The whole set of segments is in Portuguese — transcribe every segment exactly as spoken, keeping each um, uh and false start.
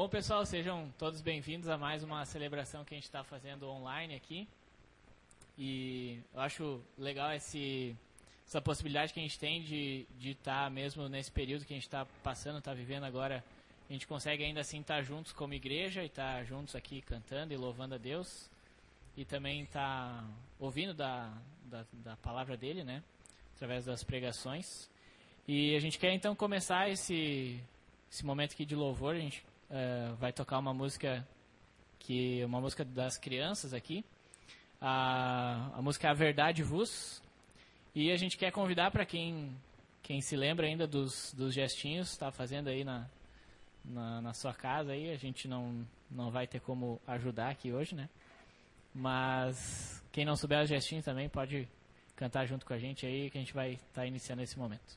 Bom, pessoal, sejam todos bem-vindos a mais uma celebração que a gente está fazendo online aqui. E eu acho legal esse, essa possibilidade que a gente tem de estar, tá, mesmo nesse período que a gente está passando, está vivendo agora, a gente consegue ainda assim estar tá juntos como igreja e estar tá juntos aqui cantando e louvando a Deus. E também estar tá ouvindo da, da, da palavra dele, né? Através das pregações. E a gente quer então começar esse, esse momento aqui de louvor. A gente uh, vai tocar uma música, que, uma música das crianças aqui. A, a música A Verdade Vos. E a gente quer convidar para quem, quem se lembra ainda dos, dos gestinhos, está fazendo aí na, na, na sua casa. Aí. A gente não, não vai ter como ajudar aqui hoje, né? Mas quem não souber os gestinhos também pode cantar junto com a gente aí, que a gente vai estar tá iniciando esse momento.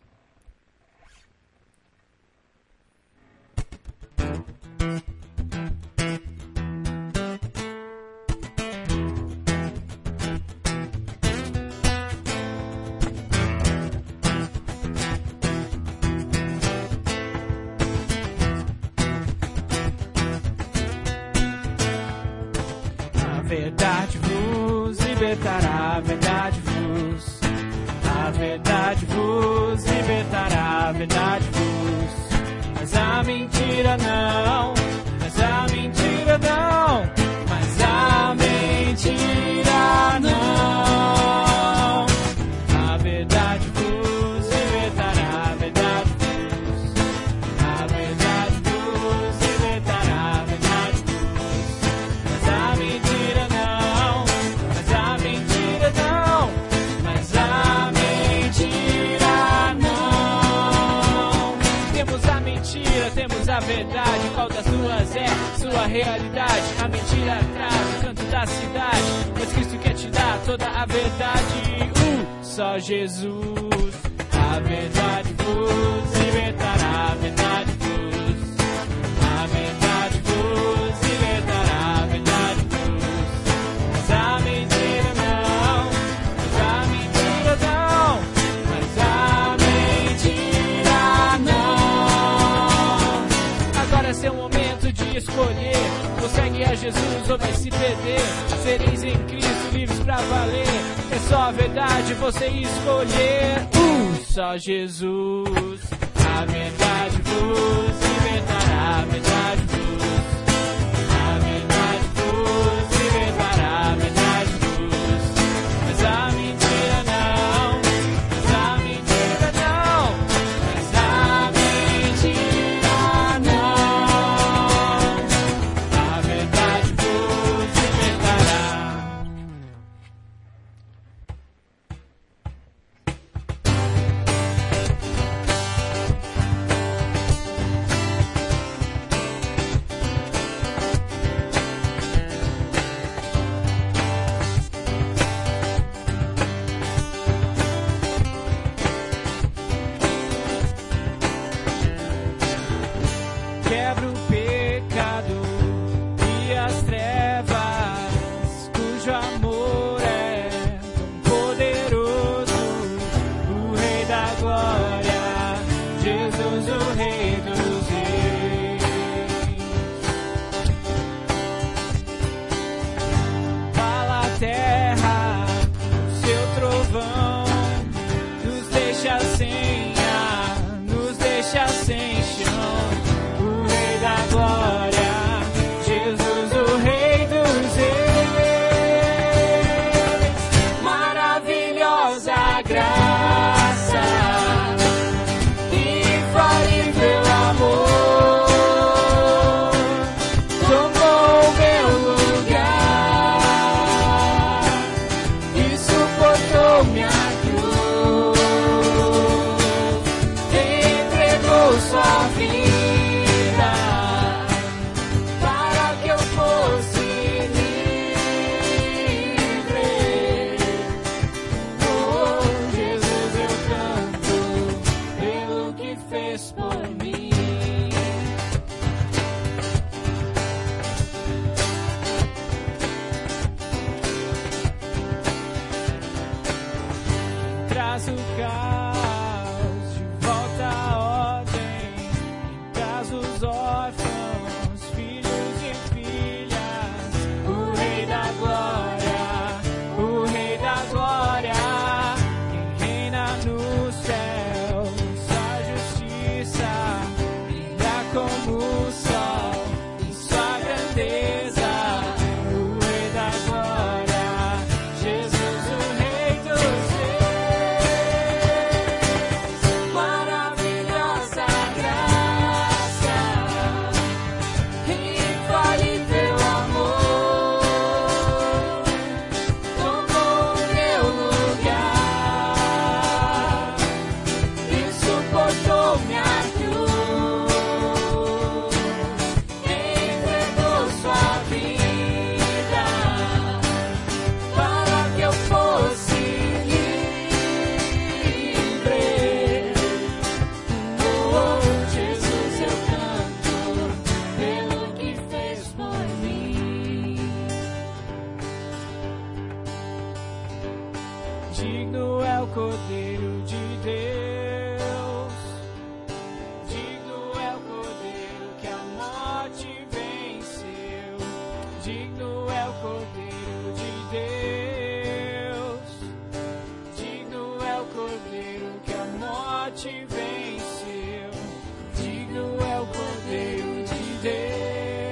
A verdade vos libertará, a verdade vos, a verdade vos libertará, a verdade vos, mas a mentira não, mas a mentira não, mas a mentira não, a verdade vos libertará, a verdade vos, a verdade vos libertará, a verdade vos, mas a mentira não, mas a mentira não, mas a mentira não. Temos a mentira, temos a verdade, qual das duas é sua realidade? A mentira traz o canto da cidade, mas Cristo quer te dar toda a verdade. Uh, só Jesus, a verdade vos libertará, a verdade vos, a verdade vos libertará, a verdade vos, mas a mentira não, mas a mentira não, mas a mentira não. Agora é seu momento de escolher, ou segue a Jesus ou vai se perder. Sereis em Cristo livres pra valer, é só a verdade você escolher. Uh, só Jesus, a verdade vos libertará, a verdade vos, a verdade vos libertará, a verdade vos, mas a mentira não, mas a mentira não, mas a mentira não, a verdade vos libertará. Quebra o pecado e as trevas, cujo amor é tão poderoso. O Rei da Glória, Jesus, o Rei dos Reis. Fala a terra, seu trovão, nos deixa sem ar, nos deixa sem chão. Da glória, Jesus, o Rei dos Reis. Maravilhosa graça, infalível amor, tomou meu lugar e suportou minha cruz, entregou sua vida. Traz o caos de volta à ordem, traz os órfãos, digno é o Cordeiro de Deus, digno é o Cordeiro que a morte venceu, digno é o Cordeiro de Deus, digno é o Cordeiro que a morte venceu, digno é o Cordeiro de Deus.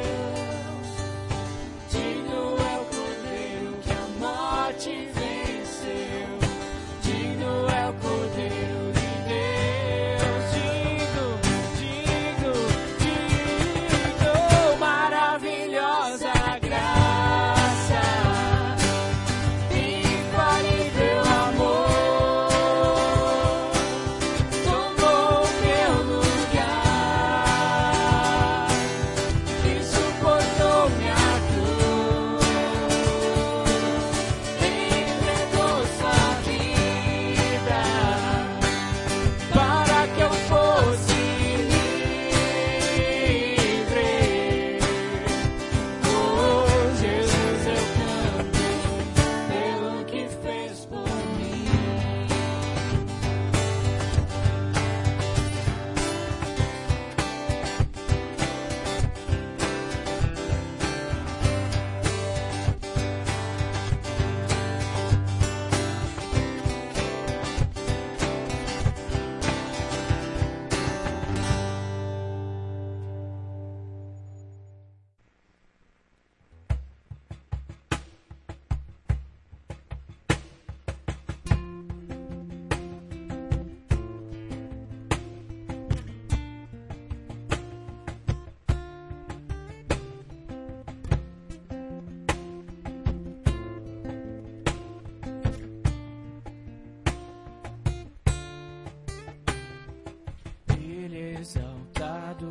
Exaltado,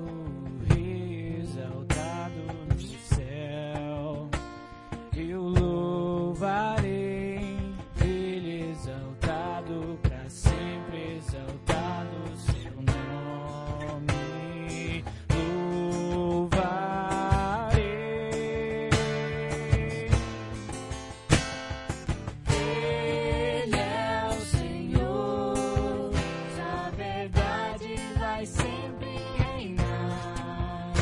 exaltado no céu, eu louvarei, Ele exaltado para sempre, exaltado seu nome, louvarei. Ele é o Senhor, a verdade vai sempre reinar.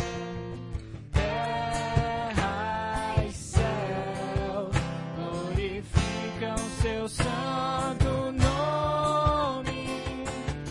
Terra e céu glorificam seu santo nome.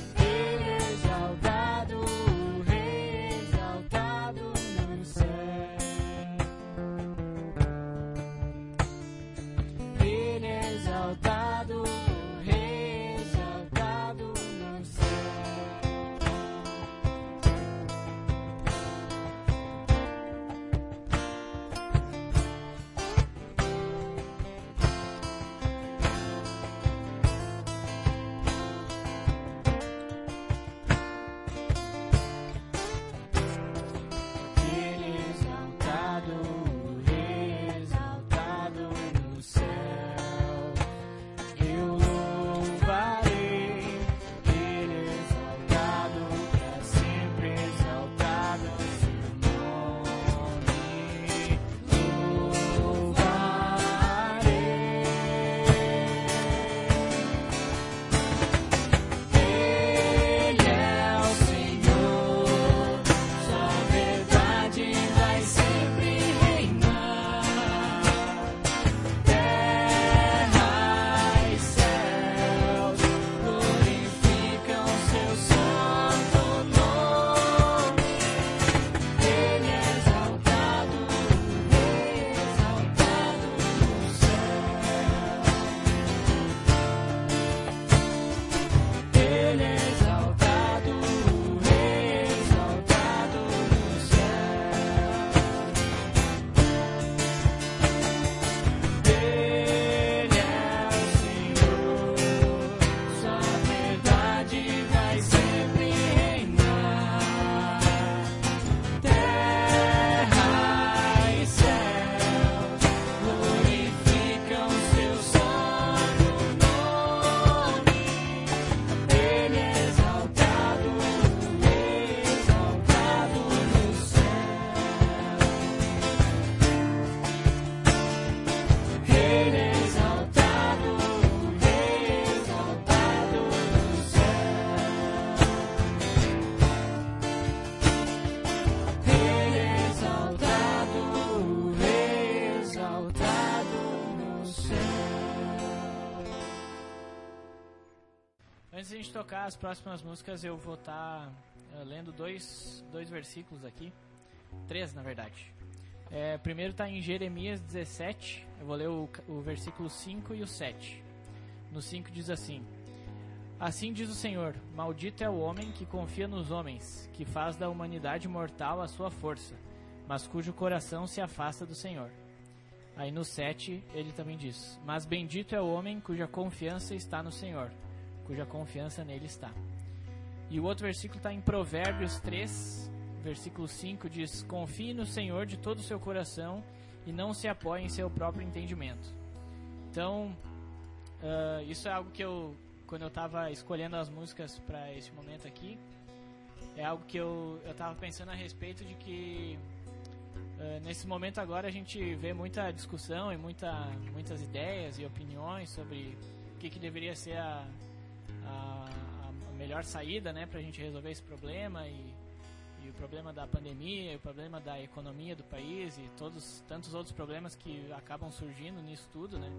Antes de a gente tocar as próximas músicas, eu vou estar tá, uh, lendo dois, dois versículos aqui. Três, na verdade. É, primeiro está em Jeremias dezessete. Eu vou ler o, o versículo cinco e o sete. No cinco diz assim: Assim diz o Senhor, maldito é o homem que confia nos homens, que faz da humanidade mortal a sua força, mas cujo coração se afasta do Senhor. Aí no sete ele também diz: Mas bendito é o homem cuja confiança está no Senhor, cuja confiança nele está. E o outro versículo está em Provérbios três, versículo cinco, diz: Confie no Senhor de todo o seu coração e não se apoie em seu próprio entendimento. Então, uh, isso é algo que eu, quando eu estava escolhendo as músicas para esse momento aqui, é algo que eu estava pensando a respeito de que uh, nesse momento agora a gente vê muita discussão e muita, muitas ideias e opiniões sobre o que, que deveria ser a, a, a melhor saída, né, para a gente resolver esse problema e, e o problema da pandemia, e o problema da economia do país e todos tantos outros problemas que acabam surgindo nisso tudo, né?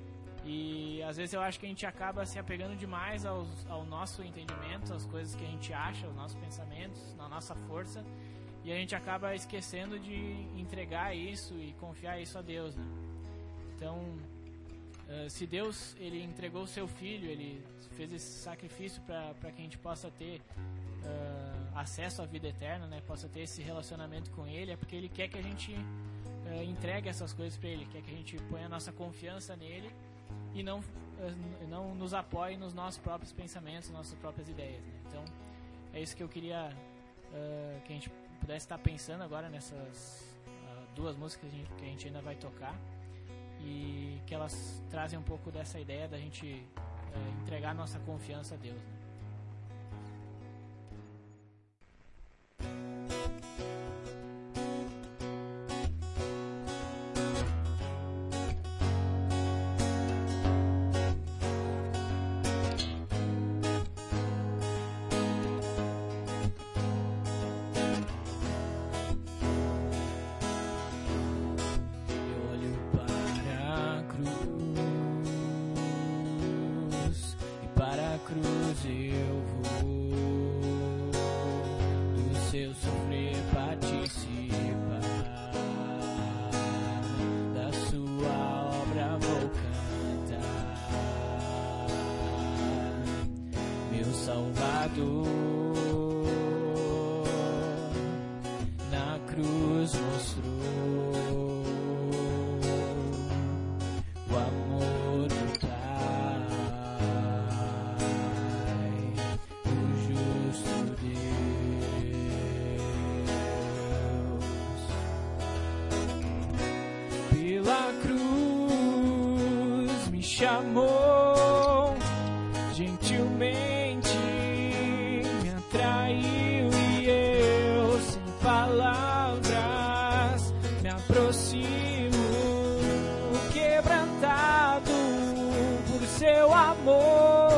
E às vezes eu acho que a gente acaba se apegando demais aos, ao nosso entendimento, às coisas que a gente acha, aos nossos pensamentos, na nossa força, e a gente acaba esquecendo de entregar isso e confiar isso a Deus, né? Então, uh, se Deus ele entregou o seu Filho, ele fez esse sacrifício para que a gente possa ter uh, acesso à vida eterna, né? Possa ter esse relacionamento com Ele, é porque Ele quer que a gente uh, entregue essas coisas para Ele, quer que a gente ponha a nossa confiança nele e não, não nos apoie nos nossos próprios pensamentos, nas nossas próprias ideias, né? Então, é isso que eu queria uh, que a gente pudesse estar pensando agora nessas uh, duas músicas que a, gente, que a gente ainda vai tocar, e que elas trazem um pouco dessa ideia da gente uh, entregar nossa confiança a Deus, né? Na cruz mostrou o amor do Pai, o justo Deus. Pela cruz me chamou gentilmente, me atraiu e eu, sem palavras, me aproximo, quebrantado por seu amor.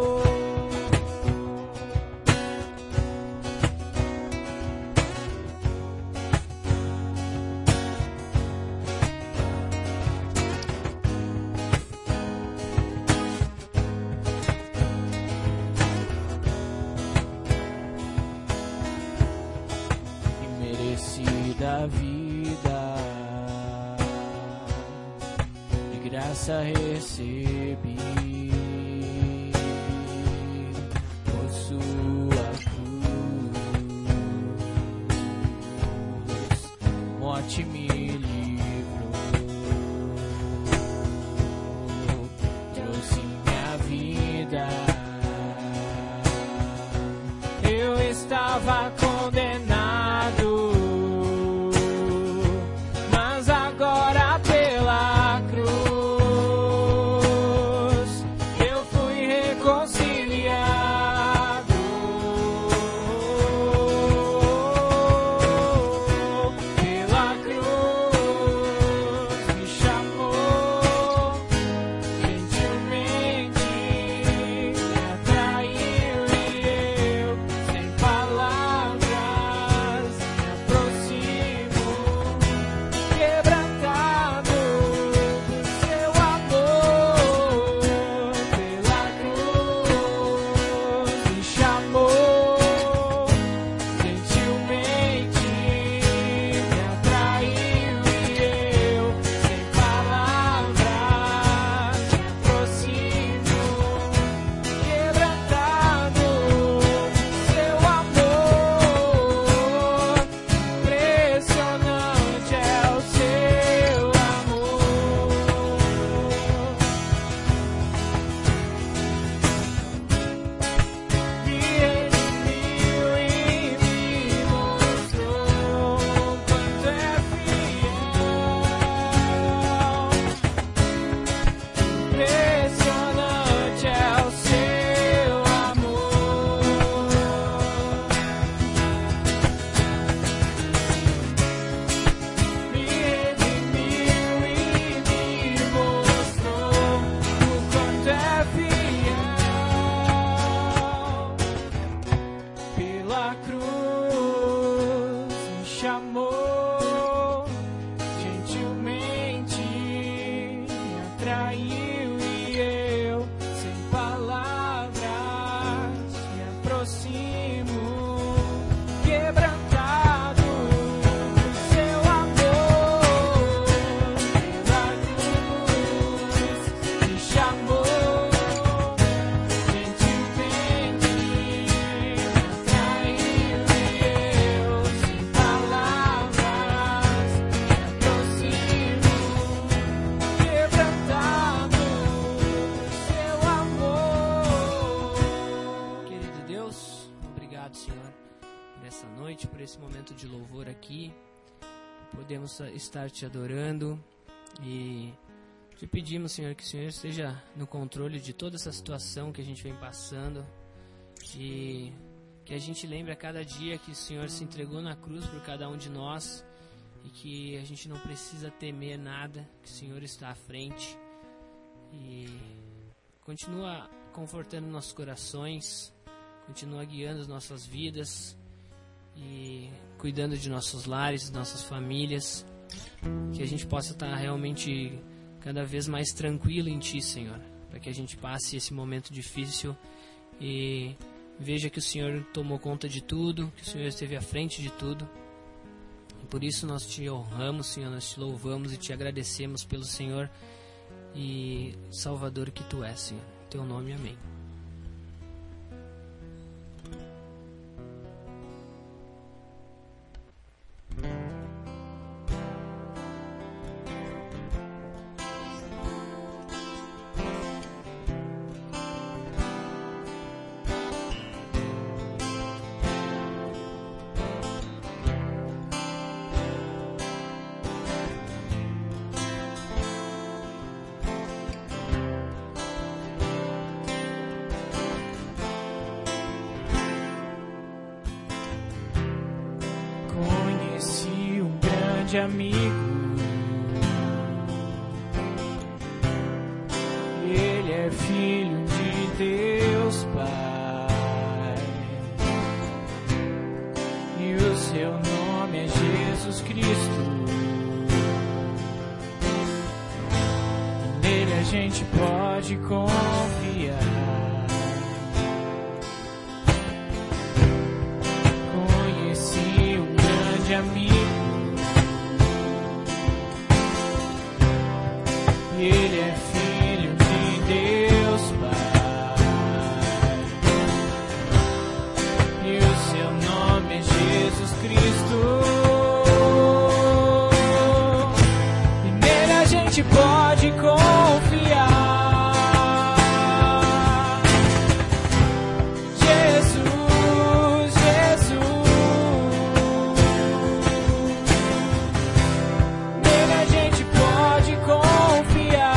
Da vida, de graça recebi, por sua cruz, morte me livrou, trouxe minha vida. Eu estava condenado, palavras noite por esse momento de louvor aqui. Podemos estar te adorando e te pedimos, Senhor, que o Senhor esteja no controle de toda essa situação que a gente vem passando e que a gente lembre a cada dia que o Senhor se entregou na cruz por cada um de nós e que a gente não precisa temer nada, que o Senhor está à frente e continua confortando nossos corações, continua guiando as nossas vidas e cuidando de nossos lares, nossas famílias, que a gente possa estar realmente cada vez mais tranquilo em Ti, Senhor, para que a gente passe esse momento difícil e veja que o Senhor tomou conta de tudo, que o Senhor esteve à frente de tudo. E por isso nós Te honramos, Senhor, nós Te louvamos e Te agradecemos pelo Senhor e Salvador que Tu és, Senhor. Em Teu nome, amém. Amigo, ele é filho de Deus Pai e o seu nome é Jesus Cristo. Nele a gente pode confiar. Conheci um grande amigo, ele é filho de Deus Pai e o seu nome é Jesus Cristo. E nele a gente pode confiar. Jesus, Jesus, nele a gente pode confiar.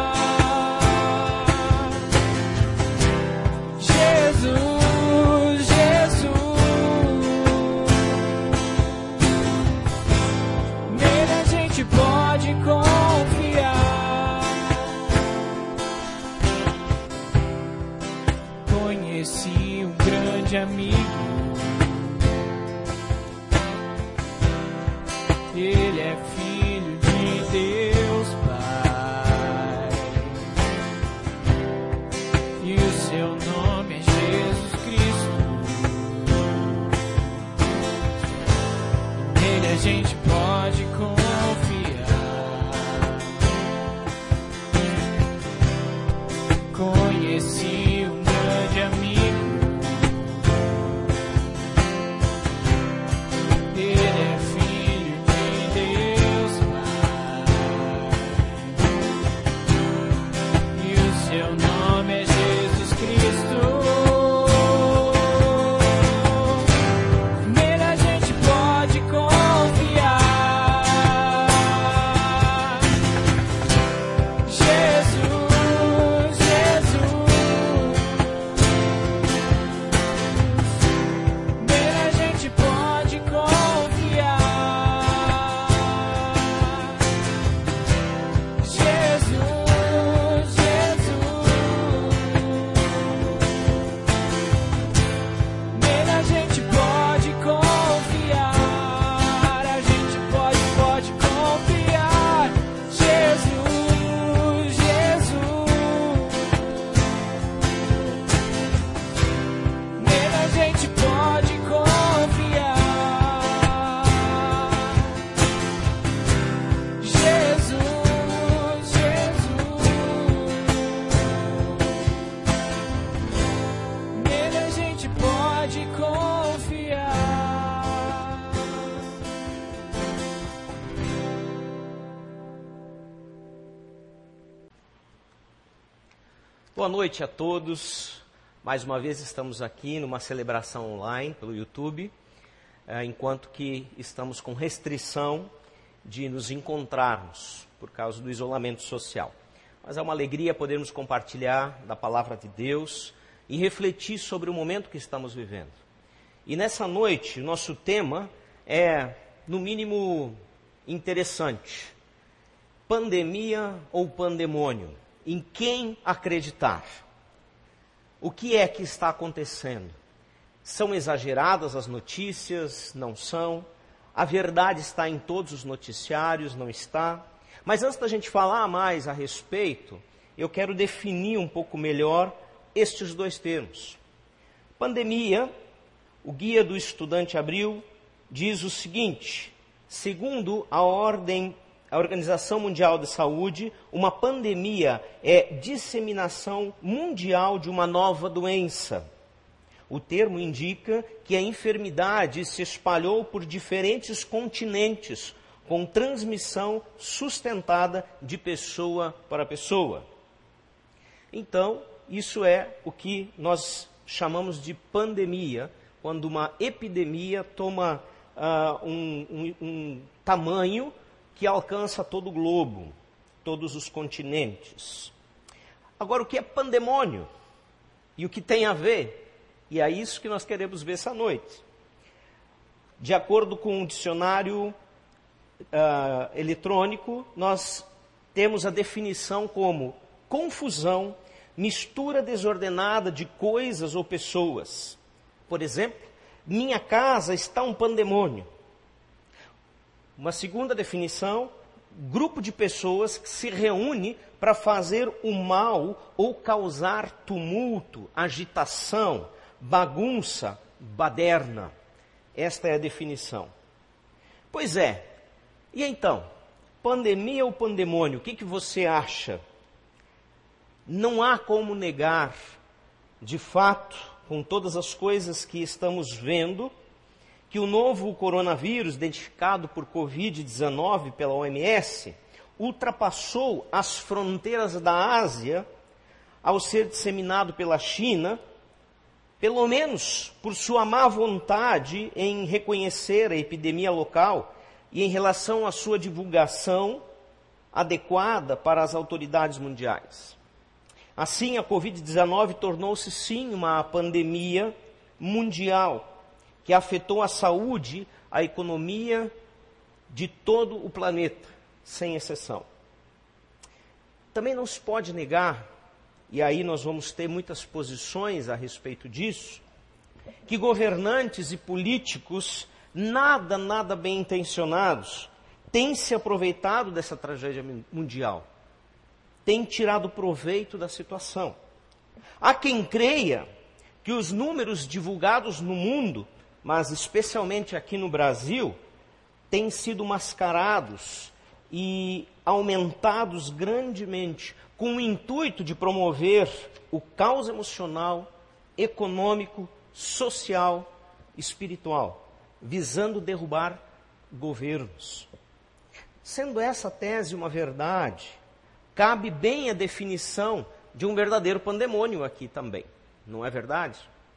Pode confiar. Conheci um grande amigo, ele é filho de Deus Pai e o seu nome é Jesus Cristo. Nele a gente pode confiar. Conheci um grande amigo, ele é filho de Deus Pai e o seu nome é Jesus Cristo. Nele a gente pode confiar. Boa noite a todos. Mais uma vez estamos aqui numa celebração online pelo YouTube. é, enquanto que estamos com restrição de nos encontrarmos por causa do isolamento social. Mas é uma alegria podermos compartilhar da palavra de Deus e refletir sobre o momento que estamos vivendo. E nessa noite, o nosso tema é, no mínimo, interessante. Pandemia ou pandemônio? Em quem acreditar? O que é que está acontecendo? São exageradas as notícias? Não são? A verdade está em todos os noticiários? Não está? Mas antes da gente falar mais a respeito, eu quero definir um pouco melhor estes dois termos. Pandemia, o Guia do Estudante Abril diz o seguinte: segundo a ordem, a Organização Mundial de Saúde, uma pandemia é disseminação mundial de uma nova doença. O termo indica que a enfermidade se espalhou por diferentes continentes, com transmissão sustentada de pessoa para pessoa. Então, isso é o que nós chamamos de pandemia, quando uma epidemia toma uh, um, um, um tamanho que alcança todo o globo, todos os continentes. Agora, o que é pandemônio? E o que tem a ver? E é isso que nós queremos ver essa noite. De acordo com o dicionário uh, eletrônico, nós temos a definição como confusão, mistura desordenada de coisas ou pessoas. Por exemplo, minha casa está um pandemônio. Uma segunda definição, grupo de pessoas que se reúne para fazer o mal ou causar tumulto, agitação, bagunça, baderna. Esta é a definição. Pois é, e então, pandemia ou pandemônio, o que, que você acha? Não há como negar, de fato, com todas as coisas que estamos vendo, que o novo coronavírus, identificado por covid dezenove pela O M S, ultrapassou as fronteiras da Ásia ao ser disseminado pela China, pelo menos por sua má vontade em reconhecer a epidemia local e em relação à sua divulgação adequada para as autoridades mundiais. Assim, a covid dezenove tornou-se sim uma pandemia mundial que afetou a saúde, a economia de todo o planeta, sem exceção. Também não se pode negar, e aí nós vamos ter muitas posições a respeito disso, que governantes e políticos, nada, nada bem intencionados, têm se aproveitado dessa tragédia mundial, têm tirado proveito da situação. Há quem creia que os números divulgados no mundo, mas especialmente aqui no Brasil, têm sido mascarados e aumentados grandemente, com o intuito de promover o caos emocional, econômico, social, espiritual, visando derrubar governos. Sendo essa tese uma verdade, cabe bem a definição de um verdadeiro pandemônio aqui também, não é verdade?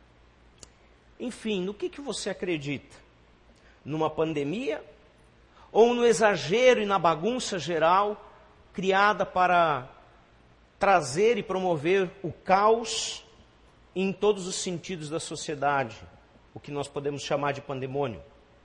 Enfim, no que, que você acredita? Numa pandemia? Ou no exagero e na bagunça geral criada para trazer e promover o caos em todos os sentidos da sociedade, o que nós podemos chamar de pandemônio?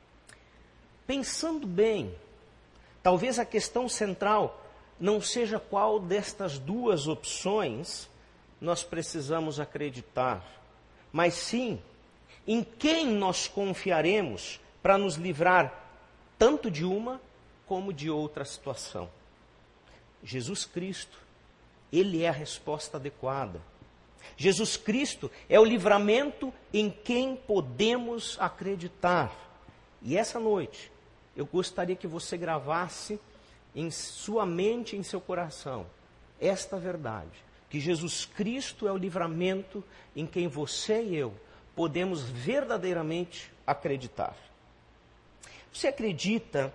Pensando bem, talvez a questão central não seja qual destas duas opções nós precisamos acreditar, mas sim em quem nós confiaremos para nos livrar tanto de uma como de outra situação. Jesus Cristo, Ele é a resposta adequada. Jesus Cristo é o livramento em quem podemos acreditar. E essa noite, eu gostaria que você gravasse em sua mente, em seu coração, esta verdade, que Jesus Cristo é o livramento em quem você e eu podemos verdadeiramente acreditar. Você acredita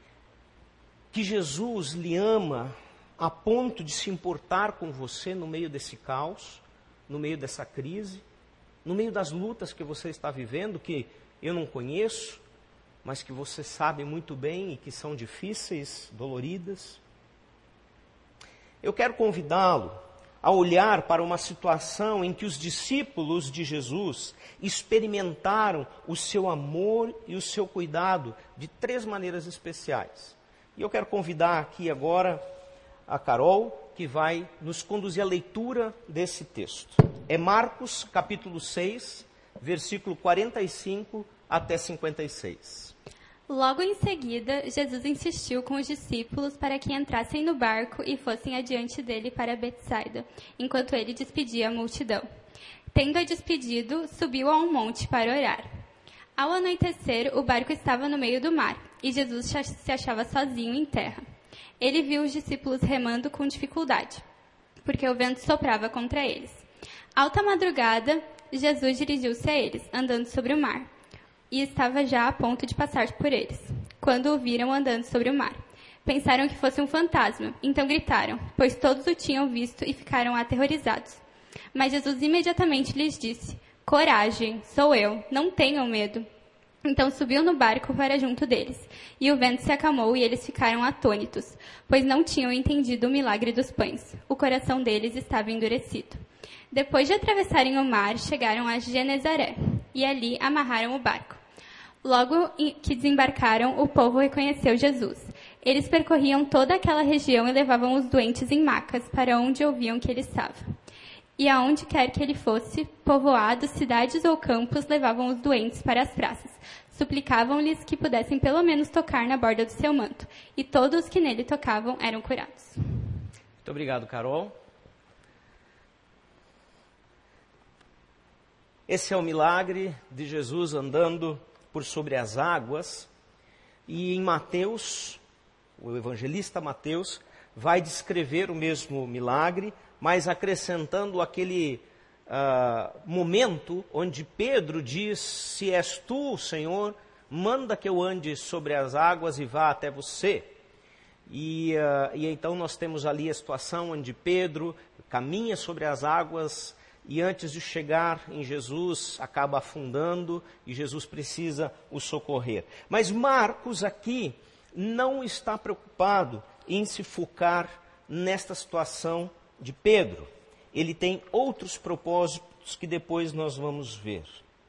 que Jesus lhe ama a ponto de se importar com você no meio desse caos, no meio dessa crise, no meio das lutas que você está vivendo, que eu não conheço, mas que você sabe muito bem e que são difíceis, doloridas. Eu quero convidá-lo a olhar para uma situação em que os discípulos de Jesus experimentaram o seu amor e o seu cuidado de três maneiras especiais. E eu quero convidar aqui agora a Carol, que vai nos conduzir à leitura desse texto. É Marcos, capítulo seis, versículo quarenta e cinco até cinquenta e seis. Logo em seguida, Jesus insistiu com os discípulos para que entrassem no barco e fossem adiante dele para Betsaida, enquanto ele despedia a multidão. Tendo-a despedido, subiu a um monte para orar. Ao anoitecer, o barco estava no meio do mar, e Jesus se achava sozinho em terra. Ele viu os discípulos remando com dificuldade, porque o vento soprava contra eles. Alta madrugada, Jesus dirigiu-se a eles, andando sobre o mar, e estava já a ponto de passar por eles, quando o viram andando sobre o mar. Pensaram que fosse um fantasma, então gritaram, pois todos o tinham visto e ficaram aterrorizados. Mas Jesus imediatamente lhes disse, coragem, sou eu, não tenham medo. Então subiu no barco para junto deles, e o vento se acalmou e eles ficaram atônitos, pois não tinham entendido o milagre dos pães. O coração deles estava endurecido. Depois de atravessarem o mar, chegaram a Genezaré, e ali amarraram o barco. Logo que desembarcaram, o povo reconheceu Jesus. Eles percorriam toda aquela região e levavam os doentes em macas para onde ouviam que ele estava. E aonde quer que ele fosse, povoados, cidades ou campos, levavam os doentes para as praças. Suplicavam-lhes que pudessem pelo menos tocar na borda do seu manto. E todos que nele tocavam eram curados. Muito obrigado, Carol. Esse é o milagre de Jesus andando por sobre as águas. E em Mateus, o evangelista Mateus, vai descrever o mesmo milagre, mas acrescentando aquele uh, momento onde Pedro diz, se és tu, Senhor, manda que eu ande sobre as águas e vá até você. E, uh, e então nós temos ali a situação onde Pedro caminha sobre as águas e antes de chegar em Jesus acaba afundando e Jesus precisa o socorrer. Mas Marcos aqui não está preocupado em se focar nesta situação de Pedro. Ele tem outros propósitos que depois nós vamos ver.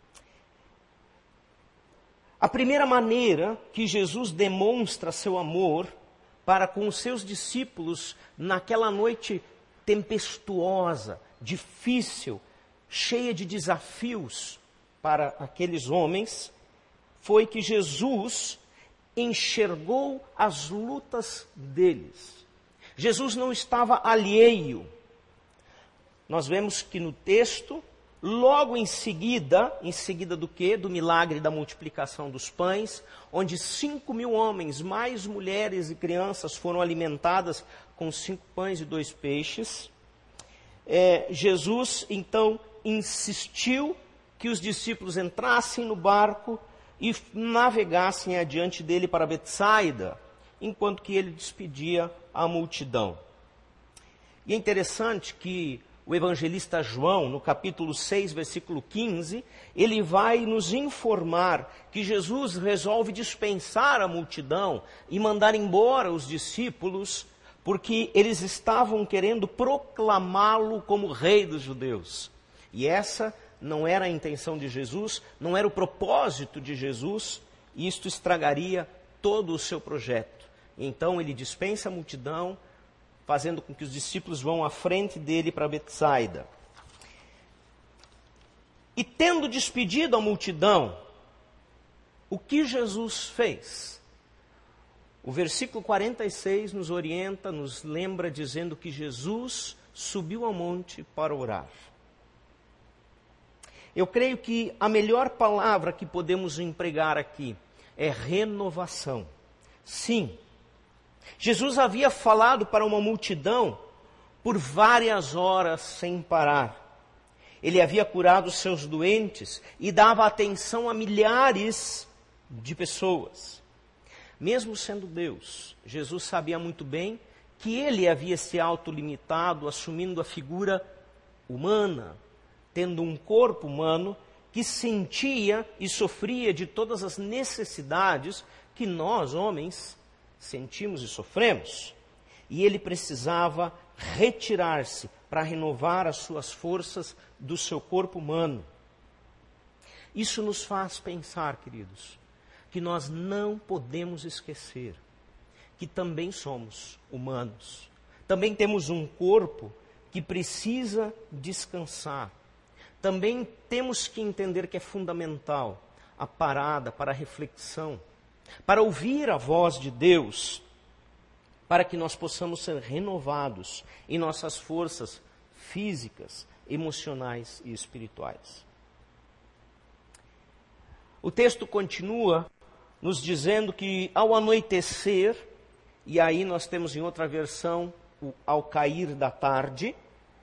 A primeira maneira que Jesus demonstra seu amor para com os seus discípulos naquela noite tempestuosa, difícil, cheia de desafios para aqueles homens, foi que Jesus enxergou as lutas deles. Jesus não estava alheio. Nós vemos que no texto, logo em seguida, em seguida do quê? Do milagre da multiplicação dos pães, onde cinco mil homens, mais mulheres e crianças, foram alimentadas com cinco pães e dois peixes. É, Jesus, então, insistiu que os discípulos entrassem no barco e navegassem adiante dele para Betsaida, enquanto que ele despedia a multidão. E é interessante que o evangelista João, no capítulo seis, versículo quinze, ele vai nos informar que Jesus resolve dispensar a multidão e mandar embora os discípulos, porque eles estavam querendo proclamá-lo como rei dos judeus. E essa não era a intenção de Jesus, não era o propósito de Jesus, e isto estragaria todo o seu projeto. Então ele dispensa a multidão, fazendo com que os discípulos vão à frente dele para Betsaida. E tendo despedido a multidão, o que Jesus fez? O versículo quarenta e seis nos orienta, nos lembra, dizendo que Jesus subiu ao monte para orar. Eu creio que a melhor palavra que podemos empregar aqui é renovação. Sim, Jesus havia falado para uma multidão por várias horas sem parar. Ele havia curado os seus doentes e dava atenção a milhares de pessoas. Mesmo sendo Deus, Jesus sabia muito bem que ele havia se autolimitado, assumindo a figura humana, tendo um corpo humano, que sentia e sofria de todas as necessidades que nós, homens, sentimos e sofremos. E ele precisava retirar-se para renovar as suas forças do seu corpo humano. Isso nos faz pensar, queridos, que nós não podemos esquecer que também somos humanos. Também temos um corpo que precisa descansar. Também temos que entender que é fundamental a parada para a reflexão, para ouvir a voz de Deus, para que nós possamos ser renovados em nossas forças físicas, emocionais e espirituais. O texto continua nos dizendo que ao anoitecer, e aí nós temos em outra versão o ao cair da tarde,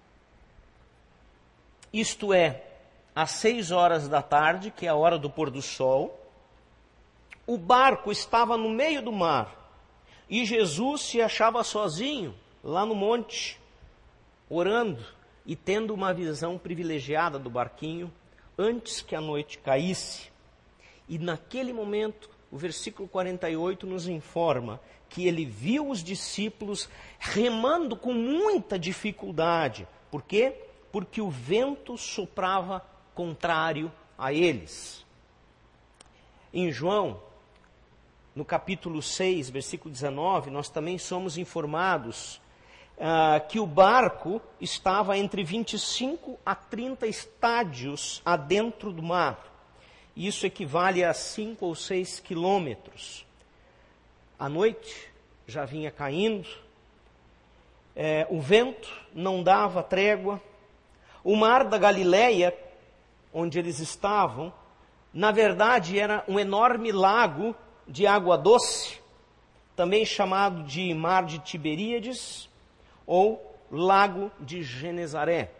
isto é, às seis horas da tarde, que é a hora do pôr do sol, o barco estava no meio do mar e Jesus se achava sozinho lá no monte, orando e tendo uma visão privilegiada do barquinho antes que a noite caísse. E naquele momento, o versículo quarenta e oito nos informa que ele viu os discípulos remando com muita dificuldade. Por quê? Porque o vento soprava contrário a eles. Em João, no capítulo seis, versículo dezenove, nós também somos informados ah, que o barco estava entre vinte e cinco a trinta estádios adentro do mar. Isso equivale a cinco ou seis quilômetros. A noite já vinha caindo, é, o vento não dava trégua. O mar da Galileia, onde eles estavam, na verdade era um enorme lago de água doce, também chamado de Mar de Tiberíades ou Lago de Genezaré.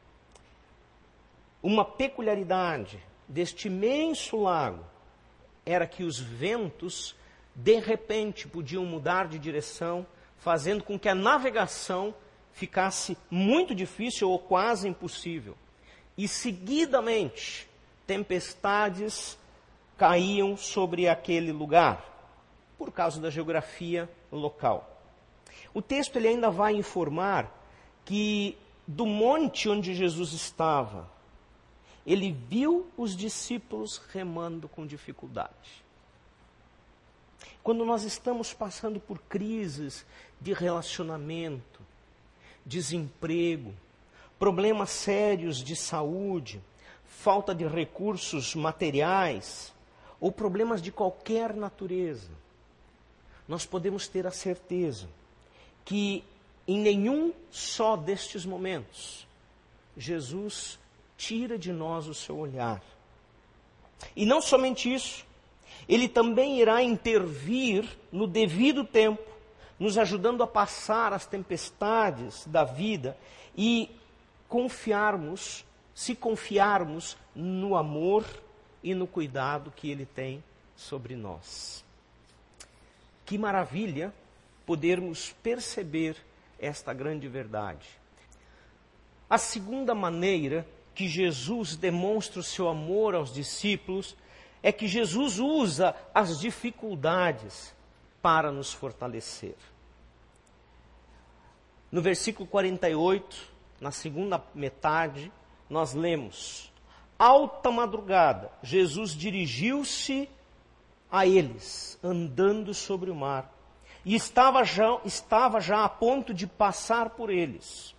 Uma peculiaridade deste imenso lago era que os ventos, de repente, podiam mudar de direção, fazendo com que a navegação ficasse muito difícil ou quase impossível. E seguidamente, tempestades caíam sobre aquele lugar, por causa da geografia local. O texto ele ainda vai informar que do monte onde Jesus estava, ele viu os discípulos remando com dificuldade. Quando nós estamos passando por crises de relacionamento, desemprego, problemas sérios de saúde, falta de recursos materiais ou problemas de qualquer natureza, nós podemos ter a certeza que em nenhum só destes momentos Jesus tira de nós o seu olhar. E não somente isso, ele também irá intervir no devido tempo, nos ajudando a passar as tempestades da vida e confiarmos, se confiarmos no amor e no cuidado que ele tem sobre nós. Que maravilha podermos perceber esta grande verdade. A segunda maneira que Jesus demonstra o seu amor aos discípulos é que Jesus usa as dificuldades para nos fortalecer. No versículo quarenta e oito, na segunda metade, nós lemos: alta madrugada, Jesus dirigiu-se a eles, andando sobre o mar, e estava já, estava já a ponto de passar por eles.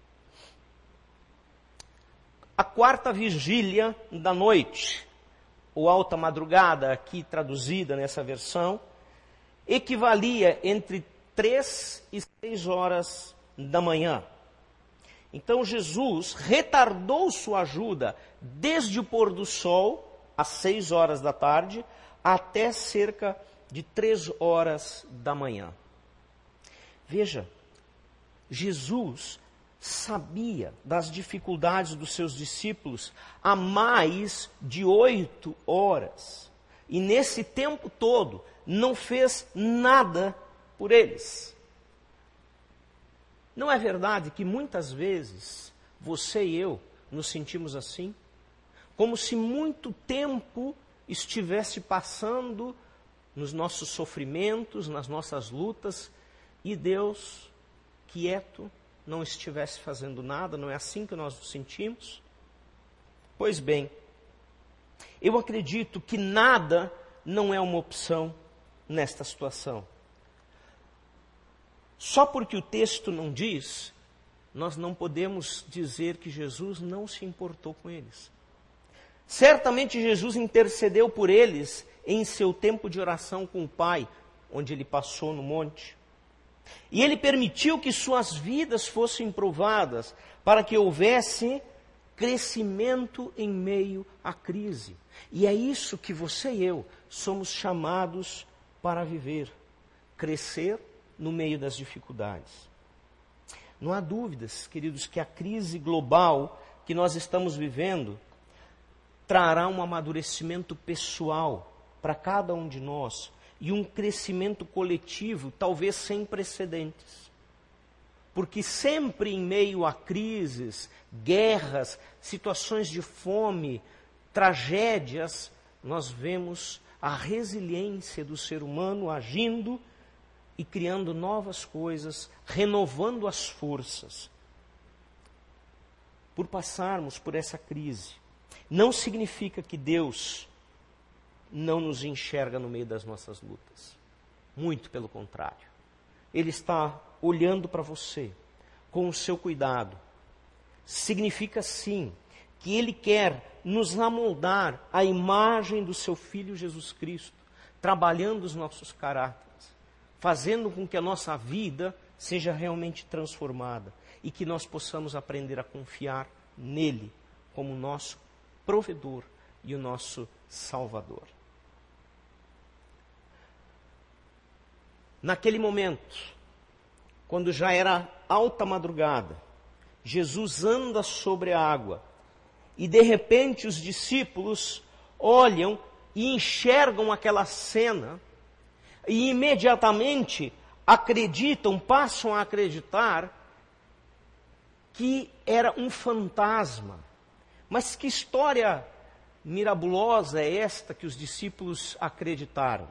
A quarta vigília da noite, ou alta madrugada, aqui traduzida nessa versão, equivalia entre três e seis horas da manhã. Então Jesus retardou sua ajuda desde o pôr do sol, às seis horas da tarde, até cerca de três horas da manhã. Veja, Jesus sabia das dificuldades dos seus discípulos há mais de oito horas. E nesse tempo todo, não fez nada por eles. Não é verdade que muitas vezes você e eu nos sentimos assim? como se muito tempo estivesse passando nos nossos sofrimentos, nas nossas lutas, e Deus, quieto, não estivesse fazendo nada. Não é assim que nós nos sentimos? Pois bem, eu acredito que nada não é uma opção nesta situação. Só porque o texto não diz, nós não podemos dizer que Jesus não se importou com eles. Certamente Jesus intercedeu por eles em seu tempo de oração com o Pai, onde ele passou no monte. E ele permitiu que suas vidas fossem provadas para que houvesse crescimento em meio à crise. E é isso que você e eu somos chamados para viver. Crescer no meio das dificuldades. Não há dúvidas, queridos, que a crise global que nós estamos vivendo trará um amadurecimento pessoal para cada um de nós e um crescimento coletivo, talvez sem precedentes. Porque sempre em meio a crises, guerras, situações de fome, tragédias, nós vemos a resiliência do ser humano agindo e criando novas coisas, renovando as forças. Por passarmos por essa crise, não significa que Deus não nos enxerga no meio das nossas lutas. Muito pelo contrário. Ele está olhando para você com o seu cuidado. Significa sim que Ele quer nos amoldar à imagem do seu Filho Jesus Cristo, trabalhando os nossos caráteres, fazendo com que a nossa vida seja realmente transformada e que nós possamos aprender a confiar nele como nosso provedor e o nosso Salvador. Naquele momento, quando já era alta madrugada, Jesus anda sobre a água e de repente os discípulos olham e enxergam aquela cena e imediatamente acreditam, passam a acreditar que era um fantasma. Mas que história mirabulosa é esta que os discípulos acreditaram?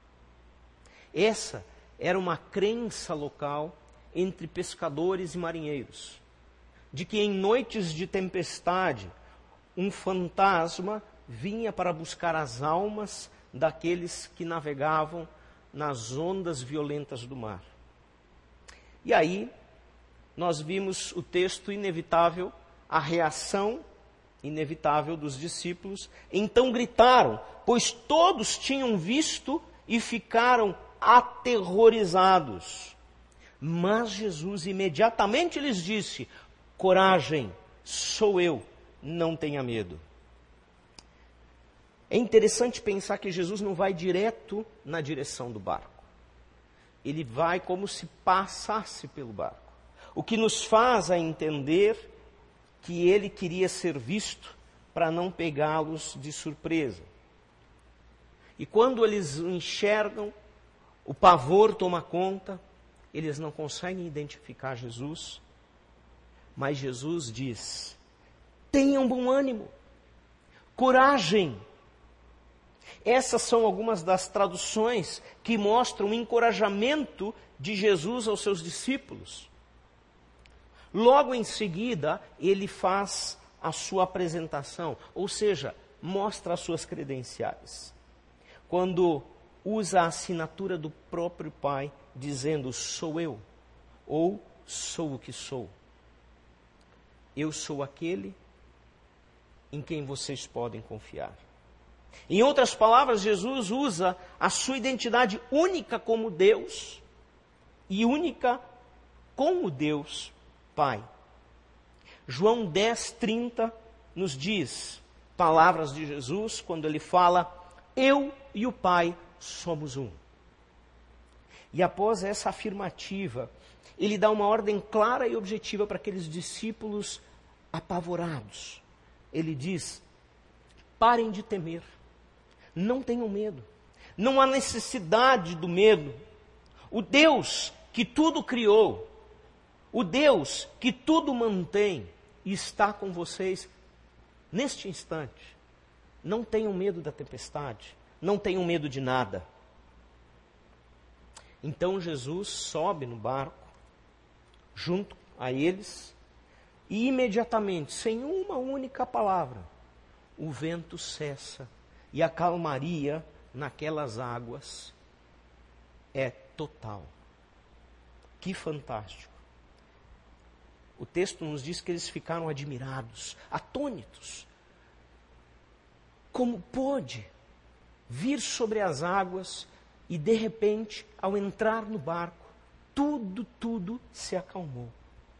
Essa era uma crença local entre pescadores e marinheiros, de que em noites de tempestade, um fantasma vinha para buscar as almas daqueles que navegavam nas ondas violentas do mar. E aí, nós vimos o texto inevitável, a reação inevitável dos discípulos. Então gritaram, pois todos tinham visto e ficaram aterrorizados. Mas Jesus imediatamente lhes disse, coragem, sou eu, não tenha medo. É interessante pensar que Jesus não vai direto na direção do barco. Ele vai como se passasse pelo barco. O que nos faz a entender que ele queria ser visto para não pegá-los de surpresa. E quando eles o enxergam, o pavor toma conta, eles não conseguem identificar Jesus, mas Jesus diz, tenham bom ânimo, coragem. Essas são algumas das traduções que mostram o encorajamento de Jesus aos seus discípulos. Logo em seguida, ele faz a sua apresentação, ou seja, mostra as suas credenciais. Quando usa a assinatura do próprio Pai, dizendo, sou eu, ou sou o que sou. Eu sou aquele em quem vocês podem confiar. Em outras palavras, Jesus usa a sua identidade única como Deus e única com o Deus Pai. João dez, trinta nos diz, palavras de Jesus, quando ele fala, eu e o Pai somos um. E após essa afirmativa, ele dá uma ordem clara e objetiva para aqueles discípulos apavorados. Ele diz, parem de temer, não tenham medo, não há necessidade do medo. O Deus que tudo criou, o Deus que tudo mantém, está com vocês neste instante. não tenham medo da tempestade, não tenham medo de nada. Então Jesus sobe no barco, junto a eles, e imediatamente, sem uma única palavra, o vento cessa e a calmaria naquelas águas é total. Que fantástico! O texto nos diz que eles ficaram admirados, atônitos. Como pôde vir sobre as águas e, de repente, ao entrar no barco, tudo, tudo se acalmou.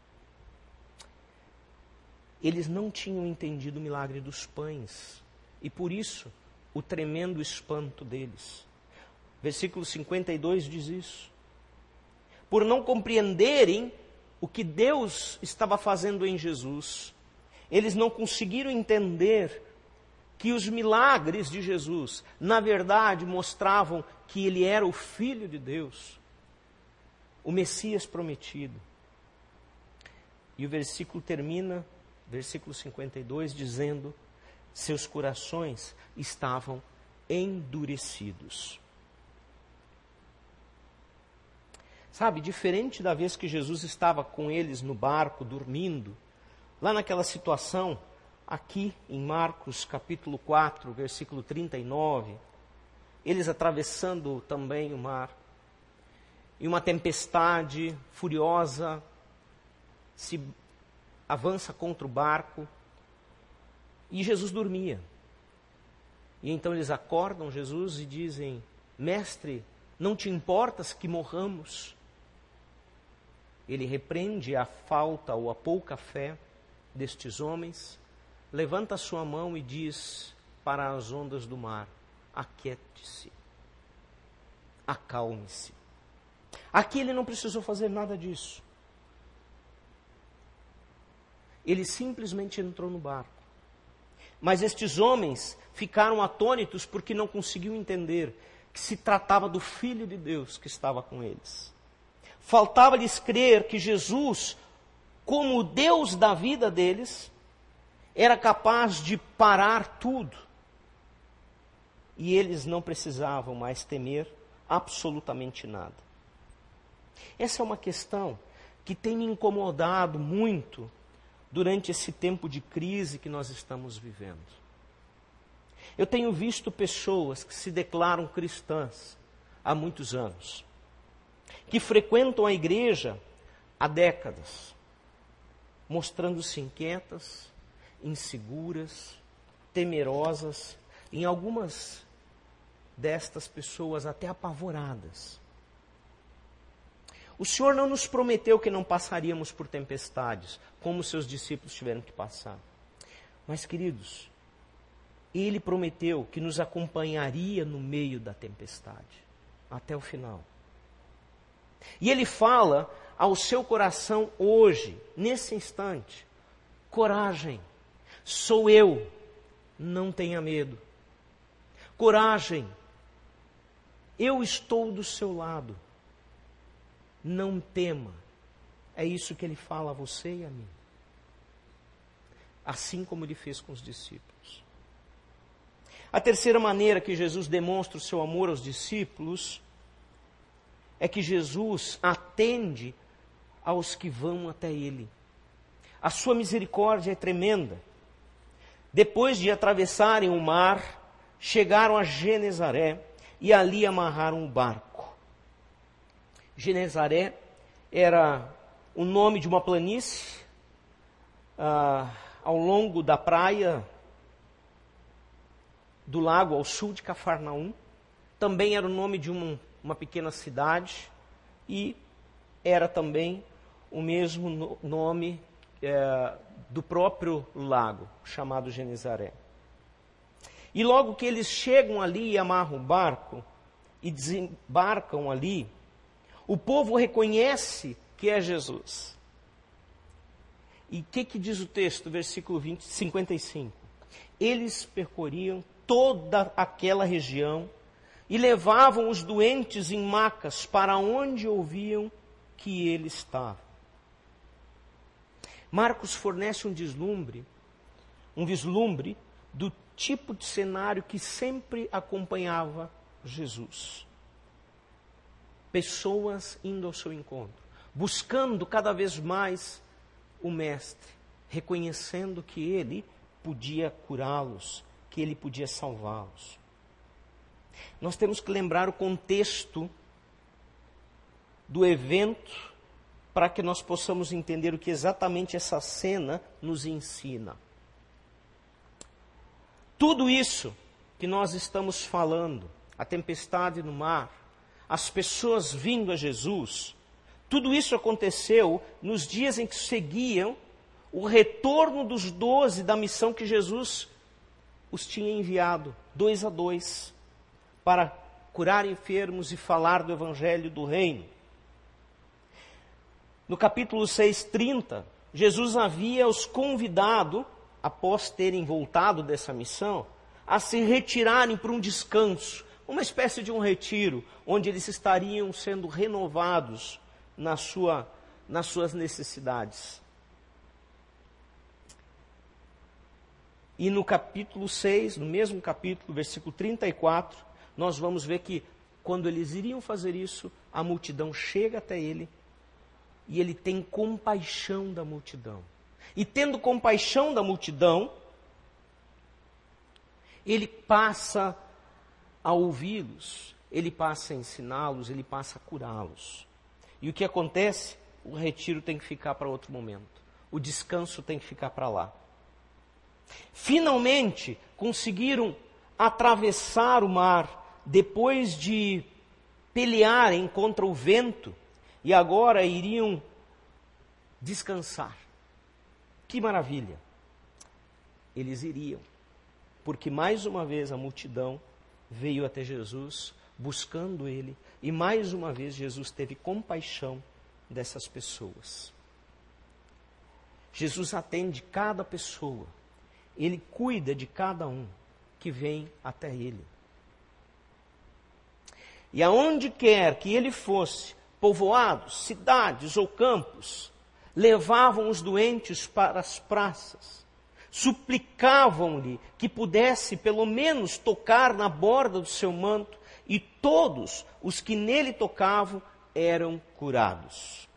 Eles não tinham entendido o milagre dos pães, e por isso o tremendo espanto deles. Versículo cinquenta e dois diz isso. Por não compreenderem o que Deus estava fazendo em Jesus, eles não conseguiram entender que os milagres de Jesus, na verdade, mostravam que Ele era o Filho de Deus, o Messias prometido. E o versículo termina, versículo cinquenta e dois, dizendo: seus corações estavam endurecidos. Sabe, diferente da vez que Jesus estava com eles no barco, dormindo, lá naquela situação, aqui em Marcos capítulo quatro, versículo trinta e nove, eles atravessando também o mar, e uma tempestade furiosa se avança contra o barco, e Jesus dormia. E então eles acordam Jesus e dizem: mestre, não te importas que morramos? Ele repreende a falta ou a pouca fé destes homens, levanta a sua mão e diz para as ondas do mar: aquiete-se, acalme-se. Aqui ele não precisou fazer nada disso. Ele simplesmente entrou no barco. Mas estes homens ficaram atônitos porque não conseguiam entender que se tratava do Filho de Deus que estava com eles. Faltava-lhes crer que Jesus, como o Deus da vida deles, era capaz de parar tudo. E eles não precisavam mais temer absolutamente nada. Essa é uma questão que tem me incomodado muito durante esse tempo de crise que nós estamos vivendo. Eu tenho visto pessoas que se declaram cristãs há muitos anos, que frequentam a igreja há décadas, mostrando-se inquietas, inseguras, temerosas, em algumas destas pessoas até apavoradas. O Senhor não nos prometeu que não passaríamos por tempestades, como seus discípulos tiveram que passar. Mas, queridos, Ele prometeu que nos acompanharia no meio da tempestade, até o final. E Ele fala ao seu coração hoje, nesse instante: coragem, sou eu, não tenha medo. Coragem, eu estou do seu lado. Não tema. É isso que Ele fala a você e a mim. Assim como Ele fez com os discípulos. A terceira maneira que Jesus demonstra o seu amor aos discípulos é que Jesus atende aos que vão até Ele. A sua misericórdia é tremenda. Depois de atravessarem o mar, chegaram a Genezaré e ali amarraram o barco. Genezaré era o nome de uma planície ah, ao longo da praia do lago ao sul de Cafarnaum. Também era o nome de um, uma pequena cidade e era também o mesmo no, nome é, do próprio lago, chamado Genezaré. E logo que eles chegam ali e amarram o barco e desembarcam ali, o povo reconhece que é Jesus. E o que, que diz o texto, versículo vinte, cinquenta e cinco? Eles percorriam toda aquela região e levavam os doentes em macas para onde ouviam que ele estava. Marcos fornece um deslumbre, um vislumbre do tipo de cenário que sempre acompanhava Jesus. Pessoas indo ao seu encontro, buscando cada vez mais o Mestre, reconhecendo que Ele podia curá-los, que Ele podia salvá-los. Nós temos que lembrar o contexto do evento para que nós possamos entender o que exatamente essa cena nos ensina. Tudo isso que nós estamos falando, a tempestade no mar, as pessoas vindo a Jesus, tudo isso aconteceu nos dias em que seguiam o retorno dos doze da missão que Jesus os tinha enviado, dois a dois, para curar enfermos e falar do Evangelho do Reino. No capítulo seis, trinta, Jesus havia os convidado, após terem voltado dessa missão, a se retirarem para um descanso, uma espécie de um retiro, onde eles estariam sendo renovados na sua, nas suas necessidades. E no capítulo seis, no mesmo capítulo, versículo trinta e quatro, nós vamos ver que quando eles iriam fazer isso, a multidão chega até ele e ele tem compaixão da multidão. E tendo compaixão da multidão, ele passa a ouvi-los, ele passa a ensiná-los, ele passa a curá-los. E o que acontece? O retiro tem que ficar para outro momento. O descanso tem que ficar para lá. Finalmente, conseguiram atravessar o mar depois de pelearem contra o vento e agora iriam descansar. Que maravilha! Eles iriam, porque mais uma vez a multidão veio até Jesus buscando ele e mais uma vez Jesus teve compaixão dessas pessoas. Jesus atende cada pessoa, ele cuida de cada um que vem até ele. E aonde quer que ele fosse, povoados, cidades ou campos, levavam os doentes para as praças, suplicavam-lhe que pudesse pelo menos tocar na borda do seu manto, e todos os que nele tocavam eram curados.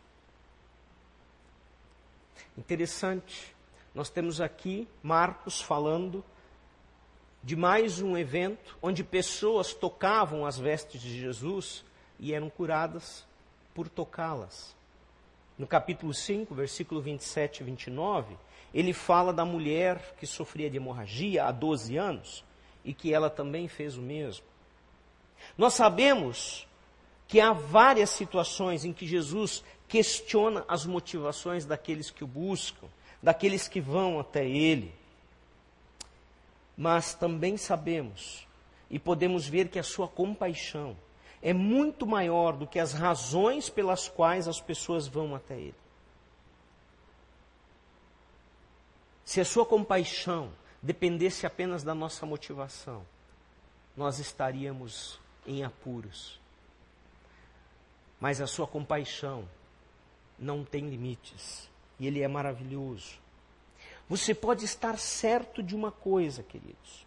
Interessante, nós temos aqui Marcos falando de mais um evento onde pessoas tocavam as vestes de Jesus e eram curadas por tocá-las. No capítulo cinco, versículo vinte e sete e vinte e nove, ele fala da mulher que sofria de hemorragia há doze anos e que ela também fez o mesmo. Nós sabemos que há várias situações em que Jesus questiona as motivações daqueles que o buscam, daqueles que vão até ele. Mas também sabemos e podemos ver que a sua compaixão é muito maior do que as razões pelas quais as pessoas vão até ele. Se a sua compaixão dependesse apenas da nossa motivação, nós estaríamos em apuros. Mas a sua compaixão não tem limites e ele é maravilhoso. Você pode estar certo de uma coisa, queridos.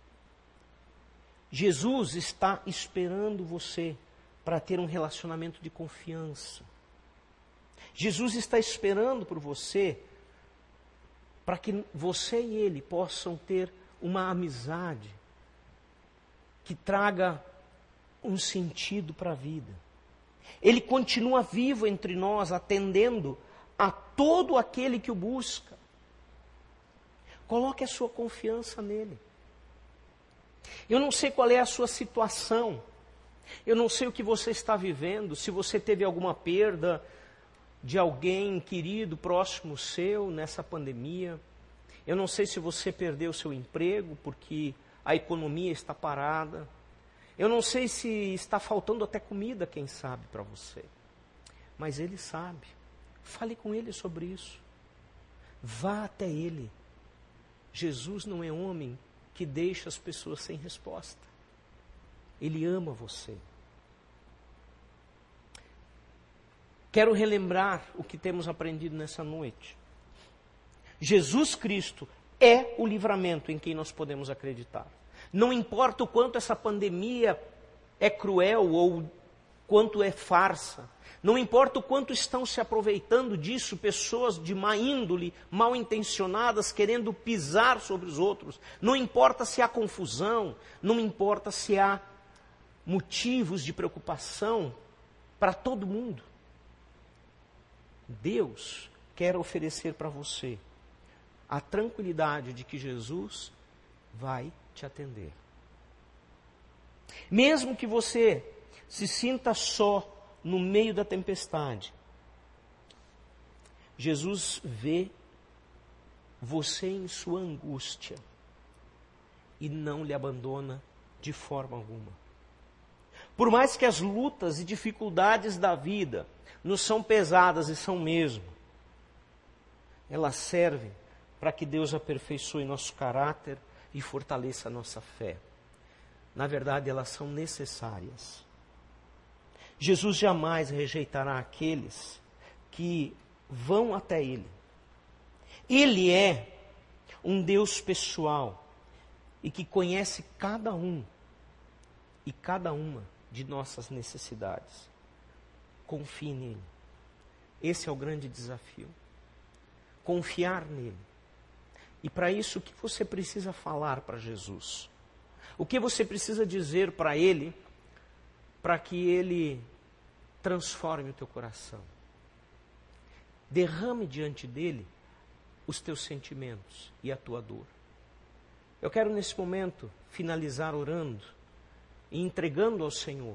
Jesus está esperando você para ter um relacionamento de confiança. Jesus está esperando por você para que você e ele possam ter uma amizade que traga um sentido para a vida. Ele continua vivo entre nós, atendendo a todo aquele que o busca. Coloque a sua confiança nele. Eu não sei qual é a sua situação. Eu não sei o que você está vivendo, se você teve alguma perda de alguém querido, próximo seu, nessa pandemia. Eu não sei se você perdeu seu emprego porque a economia está parada. Eu não sei se está faltando até comida, quem sabe, para você. Mas ele sabe. Fale com ele sobre isso. Vá até ele. Jesus não é homem que deixa as pessoas sem resposta. Ele ama você. Quero relembrar o que temos aprendido nessa noite. Jesus Cristo é o livramento em quem nós podemos acreditar. Não importa o quanto essa pandemia é cruel ou quanto é farsa, não importa o quanto estão se aproveitando disso pessoas de má índole, mal intencionadas, querendo pisar sobre os outros, não importa se há confusão, não importa se há motivos de preocupação para todo mundo. Deus quer oferecer para você a tranquilidade de que Jesus vai te atender. Mesmo que você se sinta só no meio da tempestade, Jesus vê você em sua angústia e não lhe abandona de forma alguma. Por mais que as lutas e dificuldades da vida nos são pesadas e são mesmo, elas servem para que Deus aperfeiçoe nosso caráter e fortaleça a nossa fé. Na verdade, elas são necessárias. Jesus jamais rejeitará aqueles que vão até Ele. Ele é um Deus pessoal e que conhece cada um e cada uma de nossas necessidades. Confie nele. Esse é o grande desafio. Confiar nele. E para isso, o que você precisa falar para Jesus? O que você precisa dizer para Ele, para que Ele transforme o teu coração? Derrame diante dEle os teus sentimentos e a tua dor. Eu quero nesse momento finalizar orando e entregando ao Senhor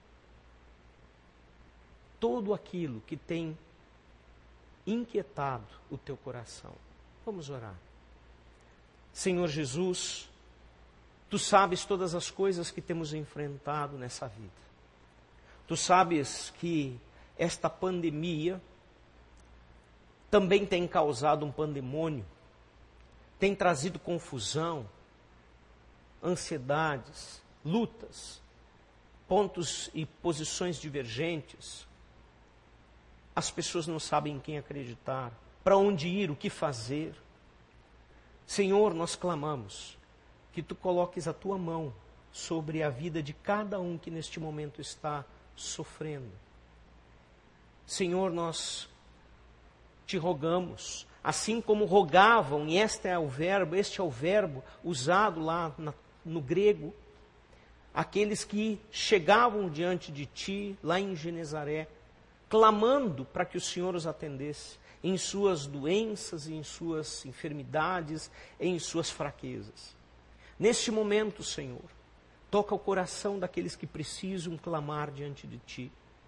tudo aquilo que tem inquietado o teu coração. Vamos orar. Senhor Jesus, Tu sabes todas as coisas que temos enfrentado nessa vida. Tu sabes que esta pandemia também tem causado um pandemônio, tem trazido confusão, ansiedades, lutas, pontos e posições divergentes. As pessoas não sabem em quem acreditar, para onde ir, o que fazer. Senhor, nós clamamos que Tu coloques a Tua mão sobre a vida de cada um que neste momento está sofrendo. Senhor, nós Te rogamos, assim como rogavam, e este é o verbo, este é o verbo usado lá na, no grego, aqueles que chegavam diante de Ti, lá em Genezaré, clamando para que o Senhor os atendesse em suas doenças, em suas enfermidades, em suas fraquezas. Neste momento, Senhor, toca o coração daqueles que precisam clamar diante de Ti.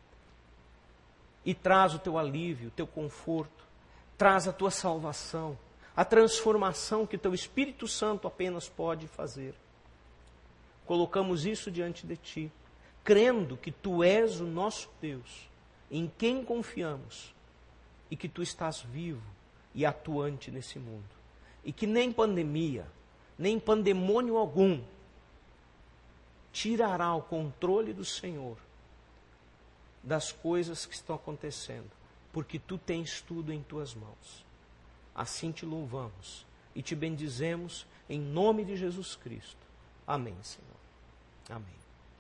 E traz o Teu alívio, o Teu conforto, traz a Tua salvação, a transformação que Teu Espírito Santo apenas pode fazer. Colocamos isso diante de Ti, crendo que Tu és o nosso Deus, em quem confiamos, e que Tu estás vivo e atuante nesse mundo. E que nem pandemia, nem pandemônio algum tirará o controle do Senhor das coisas que estão acontecendo, porque Tu tens tudo em Tuas mãos. Assim Te louvamos e Te bendizemos em nome de Jesus Cristo. Amém, Senhor. Amém.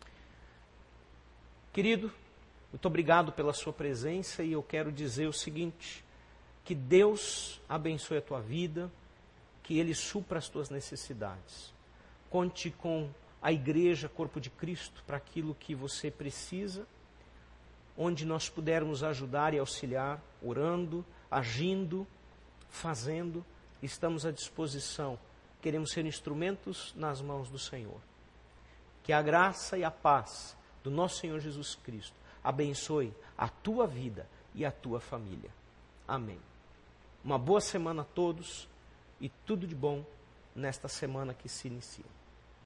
Querido, muito obrigado pela sua presença e eu quero dizer o seguinte, que Deus abençoe a tua vida, que Ele supra as tuas necessidades. Conte com a igreja, corpo de Cristo, para aquilo que você precisa, onde nós pudermos ajudar e auxiliar, orando, agindo, fazendo, estamos à disposição. Queremos ser instrumentos nas mãos do Senhor. Que a graça e a paz do nosso Senhor Jesus Cristo abençoe a tua vida e a tua família. Amém. Uma boa semana a todos e tudo de bom nesta semana que se inicia.